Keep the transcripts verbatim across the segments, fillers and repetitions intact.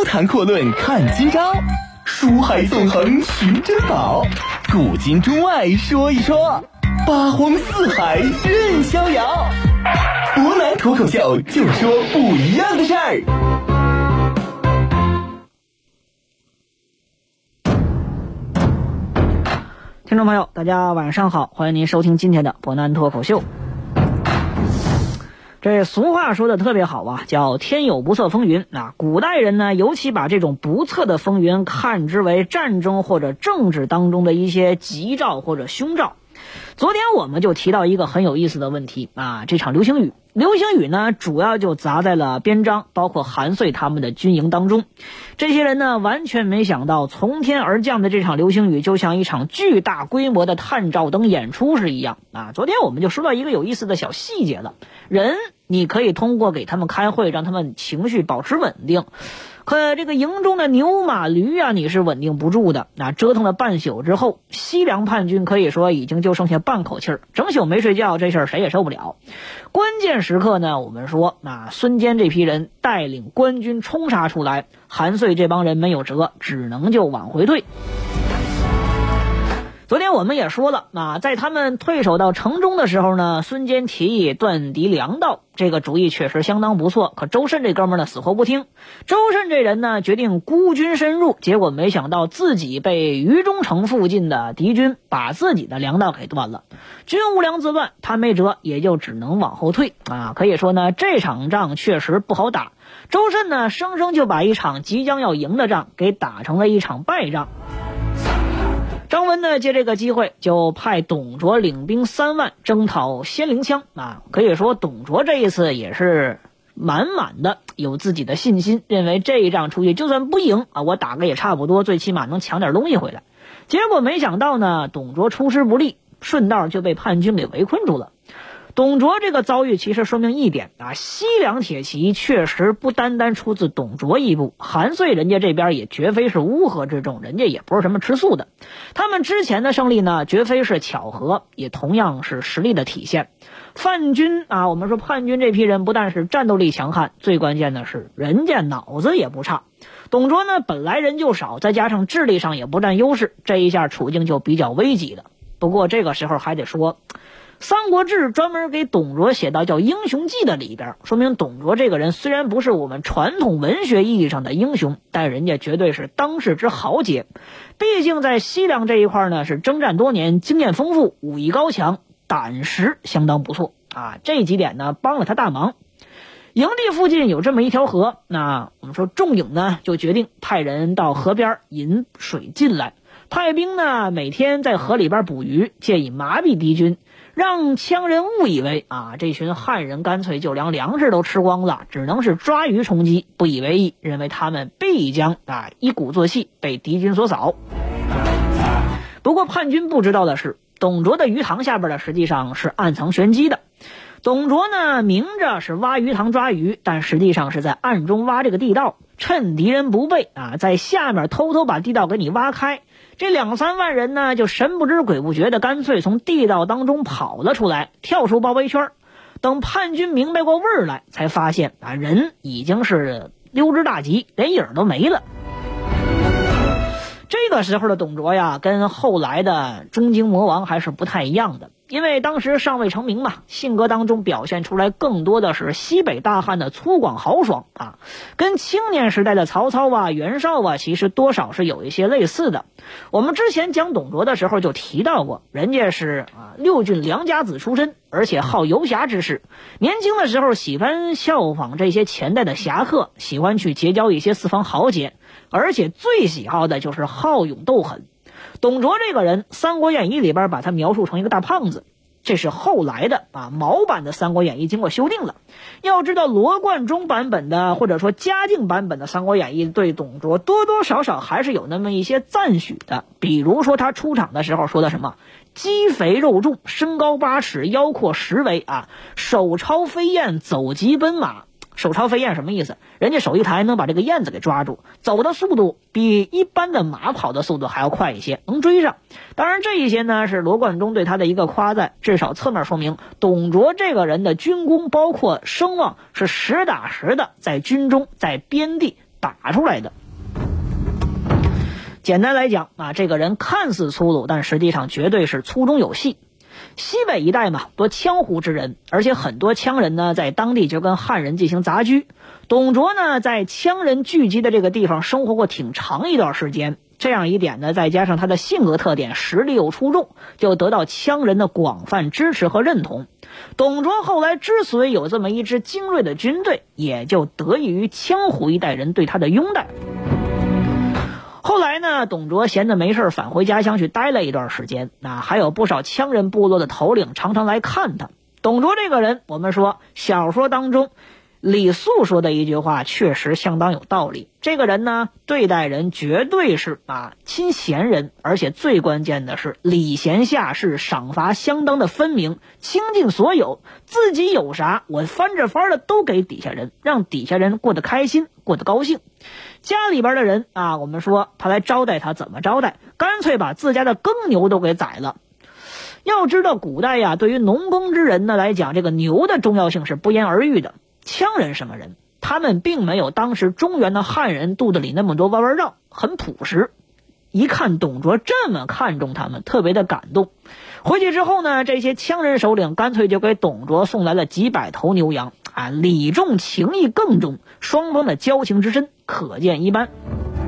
谈阔论看今朝，书海纵横寻珍宝，古今中外说一说，八荒四海任逍遥。博南脱口秀，就说不一样的事儿。 听众朋友，大家晚上好，欢迎您收听今天的博南脱口秀。这俗话说的特别好啊，叫天有不测风云啊。古代人呢，尤其把这种不测的风云看之为战争或者政治当中的一些吉兆或者凶兆。昨天我们就提到一个很有意思的问题啊，这场流星雨，流星雨呢主要就砸在了边章，包括韩遂他们的军营当中。这些人呢完全没想到，从天而降的这场流星雨就像一场巨大规模的探照灯演出是一样啊。昨天我们就说到一个有意思的小细节了，人你可以通过给他们开会，让他们情绪保持稳定。可这个营中的牛马驴啊，你是稳定不住的。那折腾了半宿之后，西凉叛军可以说已经就剩下半口气儿，整宿没睡觉，这事儿谁也受不了。关键时刻呢，我们说那孙坚这批人带领官军冲杀出来，韩遂这帮人没有辙，只能就往回退。昨天我们也说了，啊，在他们退守到城中的时候呢，孙坚提议断敌粮道，这个主意确实相当不错。可周慎这哥们儿呢死活不听，周慎这人呢决定孤军深入，结果没想到自己被于中城附近的敌军把自己的粮道给断了，军无粮自乱，他没辙，也就只能往后退啊。可以说呢，这场仗确实不好打。周慎呢生生就把一场即将要赢的仗给打成了一场败仗。张温呢借这个机会就派董卓领兵三万征讨仙灵羌啊，可以说董卓这一次也是满满的有自己的信心，认为这一仗出去就算不赢啊，我打个也差不多，最起码能抢点东西回来。结果没想到呢，董卓出师不利，顺道就被叛军给围困住了。董卓这个遭遇其实说明一点啊，西凉铁骑确实不单单出自董卓一部，韩遂人家这边也绝非是乌合之众，人家也不是什么吃素的。他们之前的胜利呢，绝非是巧合，也同样是实力的体现。叛军啊，我们说叛军这批人不但是战斗力强悍，最关键的是人家脑子也不差。董卓呢本来人就少，再加上智力上也不占优势，这一下处境就比较危急的。不过这个时候还得说，三国志专门给董卓写到叫英雄记的里边，说明董卓这个人虽然不是我们传统文学意义上的英雄，但人家绝对是当世之豪杰。毕竟在西凉这一块呢，是征战多年，经验丰富，武艺高强，胆识相当不错啊。这几点呢帮了他大忙。营地附近有这么一条河，那我们说仲颖呢就决定派人到河边引水进来，派兵呢每天在河里边捕鱼，借以麻痹敌军，让羌人误以为啊，这群汉人干脆就连粮食都吃光了，只能是抓鱼充饥，不以为意，认为他们必将啊一鼓作气被敌军所扫。不过叛军不知道的是，董卓的鱼塘下边的实际上是暗藏玄机的。董卓呢明着是挖鱼塘抓鱼，但实际上是在暗中挖这个地道，趁敌人不备啊，在下面偷偷把地道给你挖开。这两三万人呢就神不知鬼不觉的干脆从地道当中跑了出来，跳出包围圈。等叛军明白过味儿来，才发现啊人已经是溜之大吉，连影都没了。这个时候的董卓呀，跟后来的中京魔王还是不太一样的，因为当时尚未成名嘛，性格当中表现出来更多的是西北大汉的粗犷豪爽啊，跟青年时代的曹操啊、袁绍啊，其实多少是有一些类似的。我们之前讲董卓的时候就提到过，人家是啊六郡良家子出身，而且好游侠之士，年轻的时候喜欢效仿这些前代的侠客，喜欢去结交一些四方豪杰，而且最喜好的就是好勇斗狠。董卓这个人，《三国演义》里边把他描述成一个大胖子，这是后来的啊毛版的《三国演义》经过修订了。要知道罗贯中版本的或者说嘉靖版本的《三国演义》对董卓多多少少还是有那么一些赞许的，比如说他出场的时候说的什么肌肥肉重，身高八尺，腰阔十围啊，手抄飞燕，走疾奔马。手抄飞燕什么意思？人家手一抬能把这个燕子给抓住，走的速度比一般的马跑的速度还要快一些，能追上。当然这一些呢是罗贯中对他的一个夸赞，至少侧面说明董卓这个人的军功包括声望是实打实的在军中在边地打出来的。简单来讲啊，这个人看似粗鲁，但实际上绝对是粗中有细。西北一带嘛，多羌胡之人，而且很多羌人呢在当地就跟汉人进行杂居。董卓呢在羌人聚集的这个地方生活过挺长一段时间，这样一点呢，再加上他的性格特点，实力又出众，就得到羌人的广泛支持和认同。董卓后来之所以有这么一支精锐的军队，也就得益于羌胡一代人对他的拥戴。后来呢，董卓闲得没事返回家乡去待了一段时间，那还有不少羌人部落的头领常常来看他。董卓这个人，我们说小说当中李肃说的一句话确实相当有道理，这个人呢对待人绝对是啊亲贤人，而且最关键的是礼贤下士，赏罚相当的分明，倾尽所有，自己有啥我翻着翻的都给底下人，让底下人过得开心，过得高兴。家里边的人啊，我们说他来招待他怎么招待，干脆把自家的耕牛都给宰了。要知道古代呀，对于农耕之人呢来讲，这个牛的重要性是不言而喻的。羌人什么人？他们并没有当时中原的汉人肚子里那么多弯弯绕，很朴实。一看董卓这么看重他们，特别的感动。回去之后呢，这些羌人首领干脆就给董卓送来了几百头牛羊啊，礼重情义更重，双方的交情之深可见一斑。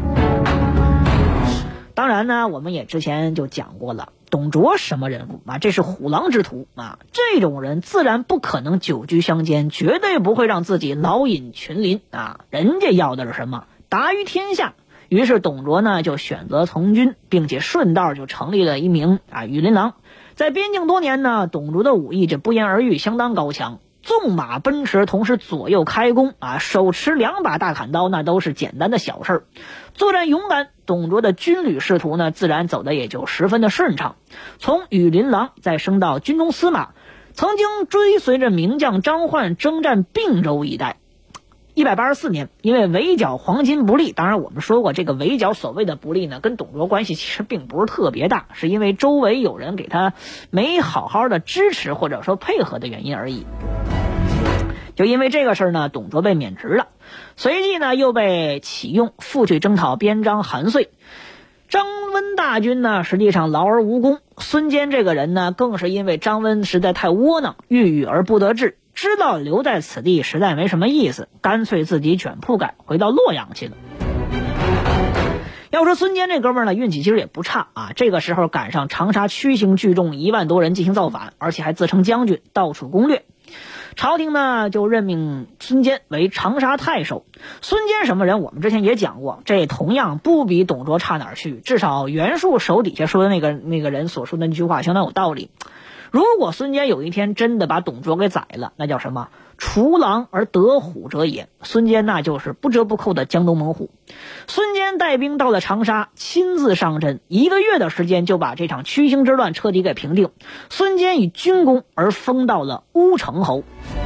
当然呢，我们也之前就讲过了，董卓什么人物啊？这是虎狼之徒啊！这种人自然不可能久居乡间，绝对不会让自己老隐群林啊！人家要的是什么？达于天下。于是董卓呢就选择从军，并且顺道就成立了一名啊羽林郎。在边境多年呢，董卓的武艺这不言而喻，相当高强，纵马奔驰，同时左右开弓啊，手持两把大砍刀，那都是简单的小事儿。作战勇敢，董卓的军旅仕途呢，自然走得也就十分的顺畅。从羽林郎再升到军中司马，曾经追随着名将张奂征战并州一带。一百八十四年，因为围剿黄巾不利，当然我们说过，这个围剿所谓的不利呢，跟董卓关系其实并不是特别大，是因为周围有人给他没好好的支持或者说配合的原因而已。就因为这个事儿呢，董卓被免职了，随即呢又被启用复去征讨边章韩遂。张温大军呢实际上劳而无功，孙坚这个人呢更是因为张温实在太窝囊，郁郁而不得志，知道留在此地实在没什么意思，干脆自己卷铺盖回到洛阳去了。要说孙坚这哥们儿呢，运气其实也不差啊，这个时候赶上长沙区行聚众一万多人进行造反，而且还自称将军，到处攻略。朝廷呢就任命孙坚为长沙太守。孙坚什么人我们之前也讲过，这同样不比董卓差哪儿去，至少袁术手底下说的那个那个人所说的那句话相当有道理。如果孙坚有一天真的把董卓给宰了，那叫什么？除狼而得虎者也。孙坚那就是不折不扣的江东猛虎。孙坚带兵到了长沙，亲自上阵，一个月的时间就把这场驱行之乱彻底给平定。孙坚以军功而封到了乌程侯。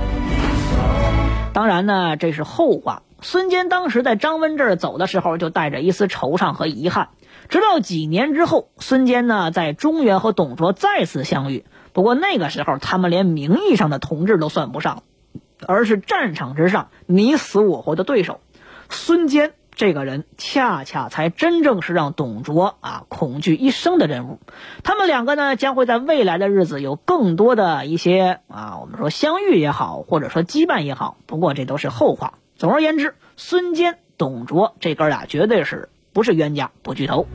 当然呢，这是后话。孙坚当时在张温这儿走的时候，就带着一丝惆怅和遗憾。直到几年之后，孙坚呢在中原和董卓再次相遇，不过那个时候他们连名义上的同志都算不上，而是战场之上你死我活的对手。孙坚这个人恰恰才真正是让董卓啊恐惧一生的人物。他们两个呢将会在未来的日子有更多的一些啊我们说相遇也好，或者说羁绊也好，不过这都是后话。总而言之，孙坚董卓这哥俩绝对是不是冤家不聚头。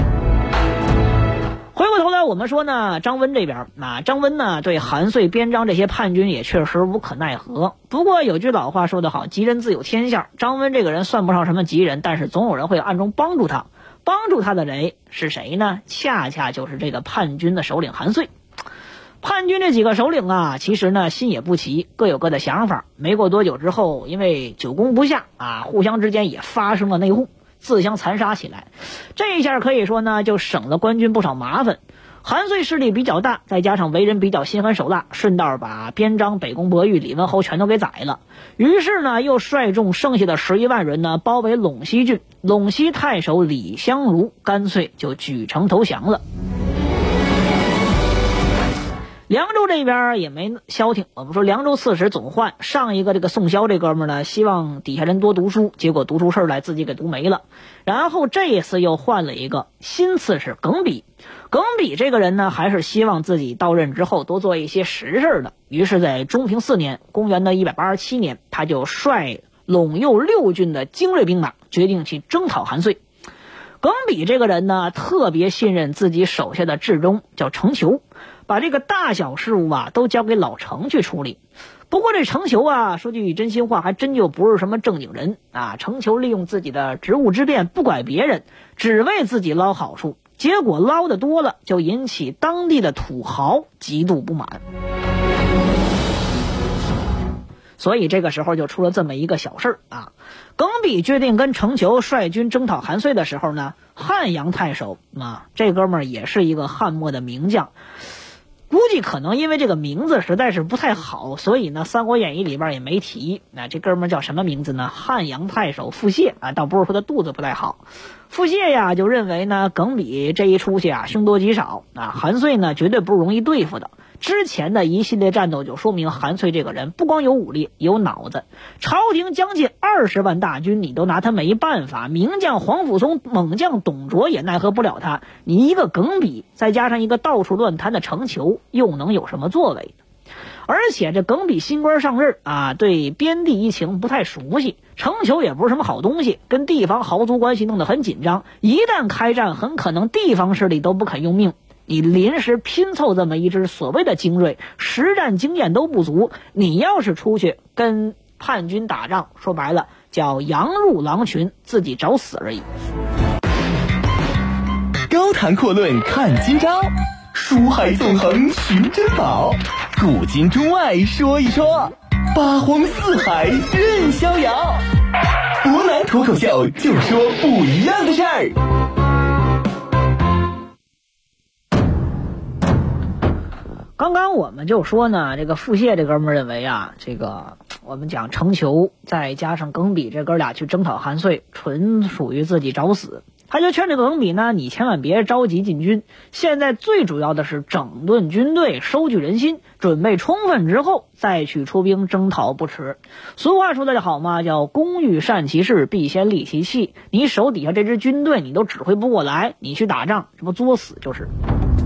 回过头来我们说呢，张温这边那张温呢对韩遂边章这些叛军也确实无可奈何。不过有句老话说得好，吉人自有天相，张温这个人算不上什么吉人，但是总有人会暗中帮助他。帮助他的人是谁呢？恰恰就是这个叛军的首领韩遂。叛军这几个首领啊，其实呢心也不齐，各有各的想法。没过多久之后，因为久攻不下啊，互相之间也发生了内讧，自相残杀起来。这一下可以说呢就省了官军不少麻烦。韩遂势力比较大，再加上为人比较心狠手辣，顺道把边章、北宫伯玉、李文侯全都给宰了。于是呢又率众剩下的十一万人呢包围陇西郡，陇西太守李相如干脆就举城投降了。 凉州这边也没消停，我们说凉州刺史总换，上一个这个宋萧这哥们儿呢，希望底下人多读书，结果读出事儿来自己给读没了。然后这一次又换了一个新刺史耿比，耿比这个人呢，还是希望自己到任之后多做一些实事的。于是，在中平四年，公元的一百八十七年，他就率陇右六郡的精锐兵马，决定去征讨韩遂。耿比这个人呢，特别信任自己手下的智中，叫程求，把这个大小事务啊都交给老程去处理。不过这程求啊，说句真心话，还真就不是什么正经人啊。程求利用自己的职务之便，不拐别人，只为自己捞好处，结果捞得多了，就引起当地的土豪极度不满。所以这个时候就出了这么一个小事儿啊。耿比决定跟程求率军征讨韩遂的时候呢，汉阳太守啊，这哥们儿也是一个汉末的名将。估计可能因为这个名字实在是不太好，所以呢《三国演义》里边也没提。那这哥们儿叫什么名字呢？汉阳太守傅燮啊，倒不是说他肚子不太好。傅燮呀就认为呢，耿比这一出去啊，凶多吉少啊，韩遂呢绝对不是容易对付的。之前的一系列战斗就说明韩遂这个人不光有武力，有脑子。朝廷将近二十万大军，你都拿他没办法。名将黄甫松、猛将董卓也奈何不了他。你一个耿比，再加上一个到处乱弹的程求，又能有什么作为呢？而且这耿比新官上任啊，对边地疫情不太熟悉，程求也不是什么好东西，跟地方豪族关系弄得很紧张。一旦开战，很可能地方势力都不肯用命。你临时拼凑这么一支所谓的精锐，实战经验都不足，你要是出去跟叛军打仗，说白了叫羊入狼群，自己找死而已。 高谈阔论看今朝，书海纵横寻珍宝，古今中外说一说，八荒四海任逍遥。湖南脱口秀，就说不一样的事儿。 刚刚我们就说呢，这个傅燮这哥们认为啊，这个我们讲程求再加上耿比这哥俩去征讨韩遂，纯属于自己找死。他就劝这个耿比呢，你千万别着急进军，现在最主要的是整顿军队，收聚人心，准备充分之后再去出兵征讨不迟。俗话说的好嘛，叫工欲善其事，必先利其器。你手底下这支军队你都指挥不过来，你去打仗，这不作死就是。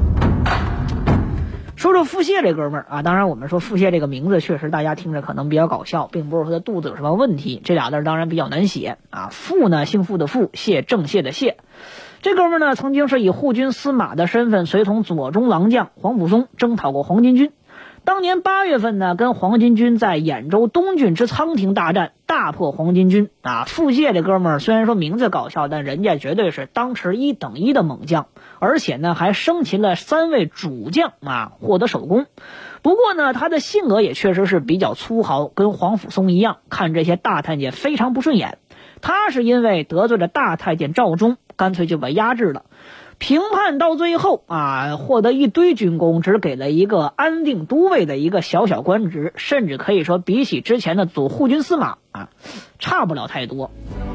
说说傅燮这哥们儿啊，当然我们说傅燮这个名字确实大家听着可能比较搞笑，并不是说他肚子有什么问题，这俩字当然比较难写啊。傅呢，姓傅的傅，燮正燮的燮。这哥们儿呢，曾经是以护军司马的身份随同左中郎将黄甫松征讨过黄巾军。当年八月份呢，跟黄巾军在兖州东郡之仓亭大战，大破黄巾军啊。傅燮这哥们儿虽然说名字搞笑，但人家绝对是当时一等一的猛将，而且呢还生擒了三位主将啊，获得首功。不过呢，他的性格也确实是比较粗豪，跟黄甫松一样，看这些大太监非常不顺眼。他是因为得罪了大太监赵忠，干脆就把压制了。评判到最后啊，获得一堆军功，只给了一个安定都尉的一个小小官职，甚至可以说比起之前的左护军司马啊，差不了太多。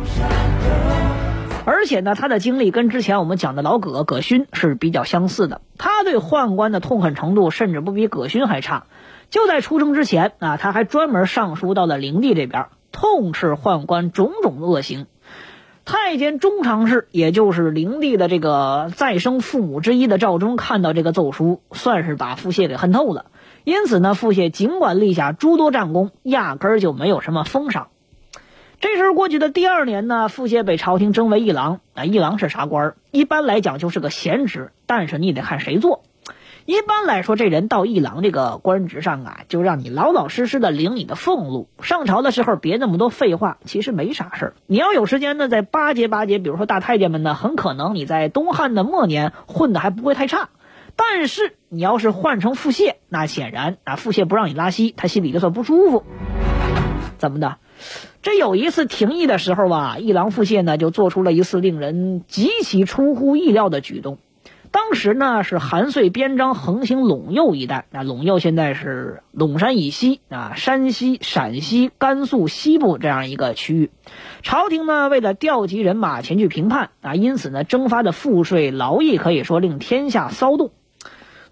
而且呢，他的经历跟之前我们讲的老葛葛勋是比较相似的，他对宦官的痛恨程度甚至不比葛勋还差。就在出征之前啊，他还专门上书到了灵帝这边，痛斥宦官种种恶行。太监中常侍，也就是灵帝的这个再生父母之一的赵忠，看到这个奏书，算是把傅燮给恨透了。因此呢，傅燮尽管立下诸多战功，压根儿就没有什么封赏。这时过去的第二年呢，傅燮被朝廷征为议郎啊，议郎是啥官？一般来讲就是个闲职，但是你得看谁做。一般来说，这人到议郎这个官职上啊，就让你老老实实的领你的俸禄，上朝的时候别那么多废话，其实没啥事儿。你要有时间呢，再巴结巴结，比如说大太监们呢，很可能你在东汉的末年混的还不会太差。但是你要是换成傅燮，那显然啊，傅燮不让你拉稀，他心里就算不舒服。怎么的？这有一次廷议的时候吧，议郎傅燮呢就做出了一次令人极其出乎意料的举动。当时呢是韩遂边章横行陇右一带，那陇右现在是陇山以西啊，山西、陕西、甘肃西部这样一个区域。朝廷呢为了调集人马前去平叛啊，因此呢征发的赋税劳役可以说令天下骚动。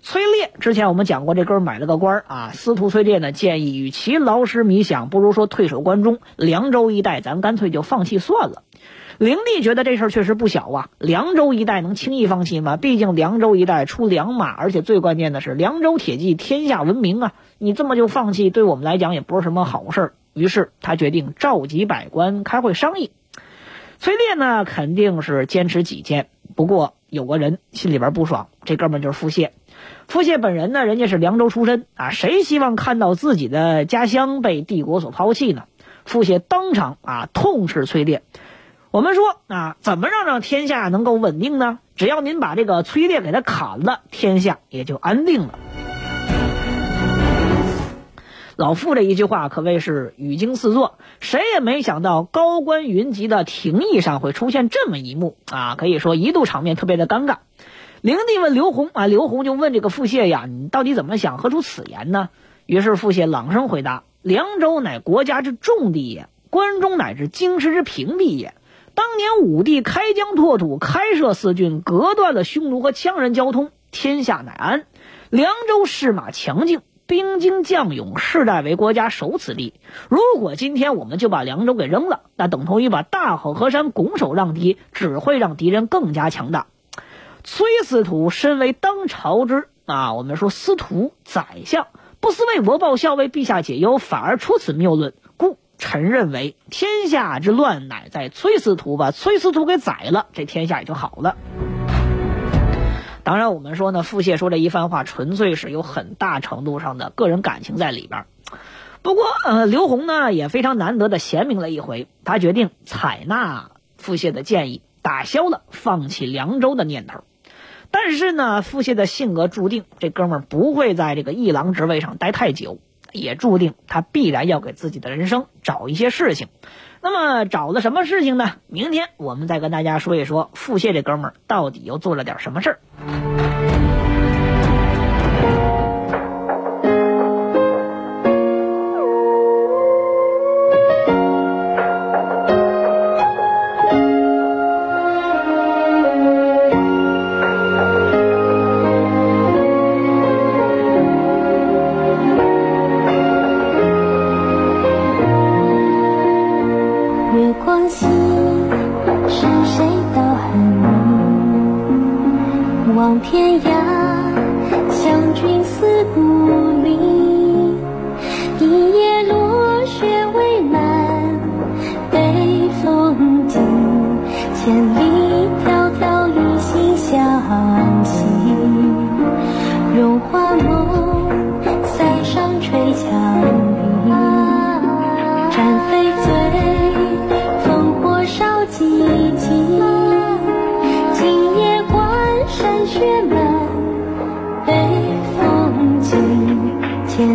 崔烈之前我们讲过，这哥们买了个官啊，司徒崔烈呢建议，与其劳师弥饷，不如说退守关中，凉州一带咱干脆就放弃算了。灵帝觉得这事儿确实不小啊，凉州一带能轻易放弃吗？毕竟凉州一带出良马，而且最关键的是凉州铁骑天下闻名啊，你这么就放弃，对我们来讲也不是什么好事。于是他决定召集百官开会商议。崔烈呢肯定是坚持己见，不过有个人心里边不爽，这哥们就是傅燮。傅燮本人呢，人家是凉州出身啊，谁希望看到自己的家乡被帝国所抛弃呢？傅燮当场啊痛斥崔烈。我们说啊，怎么让让天下能够稳定呢？只要您把这个崔烈给他砍了，天下也就安定了。老傅这一句话可谓是语惊四座，谁也没想到高官云集的廷议上会出现这么一幕啊，可以说一度场面特别的尴尬。灵帝问刘宏啊，刘宏就问这个傅燮呀，你到底怎么想，何出此言呢？于是傅燮朗声回答：凉州乃国家之重地也，关中乃至京师之平地也。当年武帝开疆拓土，开设四郡，隔断了匈奴和羌人交通，天下乃安。凉州士马强劲，兵精将勇，世代为国家守此地。如果今天我们就把凉州给扔了，那等同于把大好河山拱手让敌，只会让敌人更加强大。崔司徒身为当朝之啊，我们说司徒宰相，不思为国报效，为陛下解忧，反而出此谬论，故臣认为天下之乱乃在崔司徒，把崔司徒给宰了，这天下也就好了。当然我们说呢，傅燮说这一番话纯粹是有很大程度上的个人感情在里边。不过呃，刘宏呢也非常难得的贤明了一回，他决定采纳傅燮的建议，打消了放弃凉州的念头。但是呢，傅燮的性格注定这哥们儿不会在这个一郎职位上待太久，也注定他必然要给自己的人生找一些事情。那么找了什么事情呢？明天我们再跟大家说一说傅燮这哥们儿到底又做了点什么事儿。 望天涯，相君思故里。一夜落雪未满，北风急。千里迢迢一心相惜。荣华梦，塞上垂墙壁。战飞醉，烽火烧寂寂。今夜关山雪满，北风急。千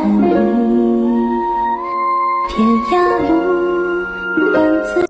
里，天涯路。